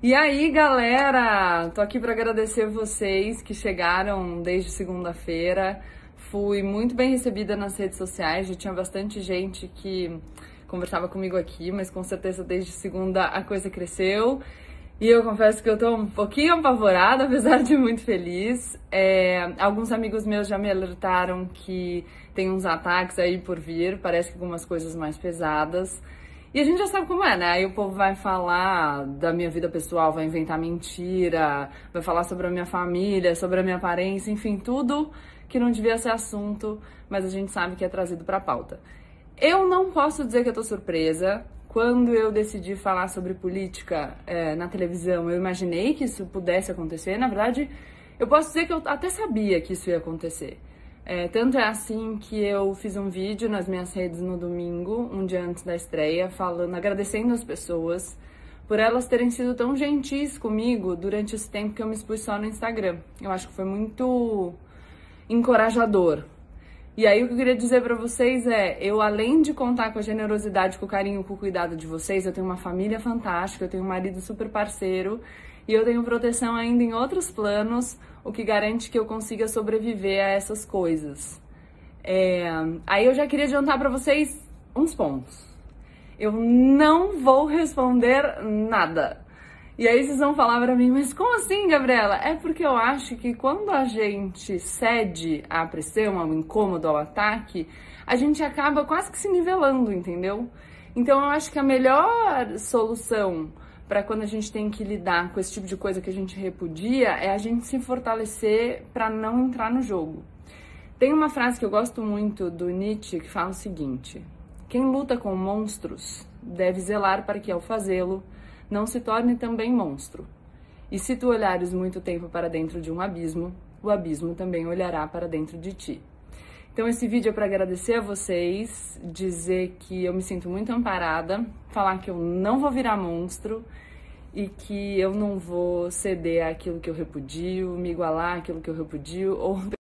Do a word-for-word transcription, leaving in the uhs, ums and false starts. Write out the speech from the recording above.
E aí, galera, tô aqui para agradecer vocês que chegaram desde segunda-feira. Fui muito bem recebida nas redes sociais, já tinha bastante gente que conversava comigo aqui, mas com certeza desde segunda a coisa cresceu. E eu confesso que eu tô um pouquinho apavorada, apesar de muito feliz. É, alguns amigos meus já me alertaram que tem uns ataques aí por vir, parece que algumas coisas mais pesadas. E a gente já sabe como é, né? Aí o povo vai falar da minha vida pessoal, vai inventar mentira, vai falar sobre a minha família, sobre a minha aparência, enfim, tudo que não devia ser assunto, mas a gente sabe que é trazido pra pauta. Eu não posso dizer que eu tô surpresa. Quando eu decidi falar sobre política é, na televisão, eu imaginei que isso pudesse acontecer. Na verdade, eu posso dizer que eu até sabia que isso ia acontecer. É, tanto é assim que eu fiz um vídeo nas minhas redes no domingo, um dia antes da estreia, falando, agradecendo as pessoas por elas terem sido tão gentis comigo durante esse tempo que eu me expus só no Instagram. Eu acho que foi muito encorajador. E aí o que eu queria dizer pra vocês é, eu além de contar com a generosidade, com o carinho, com o cuidado de vocês, eu tenho uma família fantástica, eu tenho um marido super parceiro e eu tenho proteção ainda em outros planos, o que garante que eu consiga sobreviver a essas coisas. É, aí eu já queria adiantar pra vocês uns pontos. Eu não vou responder nada. E aí vocês vão falar pra mim, mas como assim, Gabriela? É porque eu acho que quando a gente cede à pressão, ao incômodo, ao ataque, a gente acaba quase que se nivelando, entendeu? Então eu acho que a melhor solução para quando a gente tem que lidar com esse tipo de coisa que a gente repudia é a gente se fortalecer para não entrar no jogo. Tem uma frase que eu gosto muito do Nietzsche que fala o seguinte: quem luta com monstros deve zelar para que, ao fazê-lo, não se torne também monstro. E se tu olhares muito tempo para dentro de um abismo, o abismo também olhará para dentro de ti. Então esse vídeo é para agradecer a vocês, dizer que eu me sinto muito amparada, falar que eu não vou virar monstro e que eu não vou ceder àquilo que eu repudio, me igualar àquilo que eu repudio ou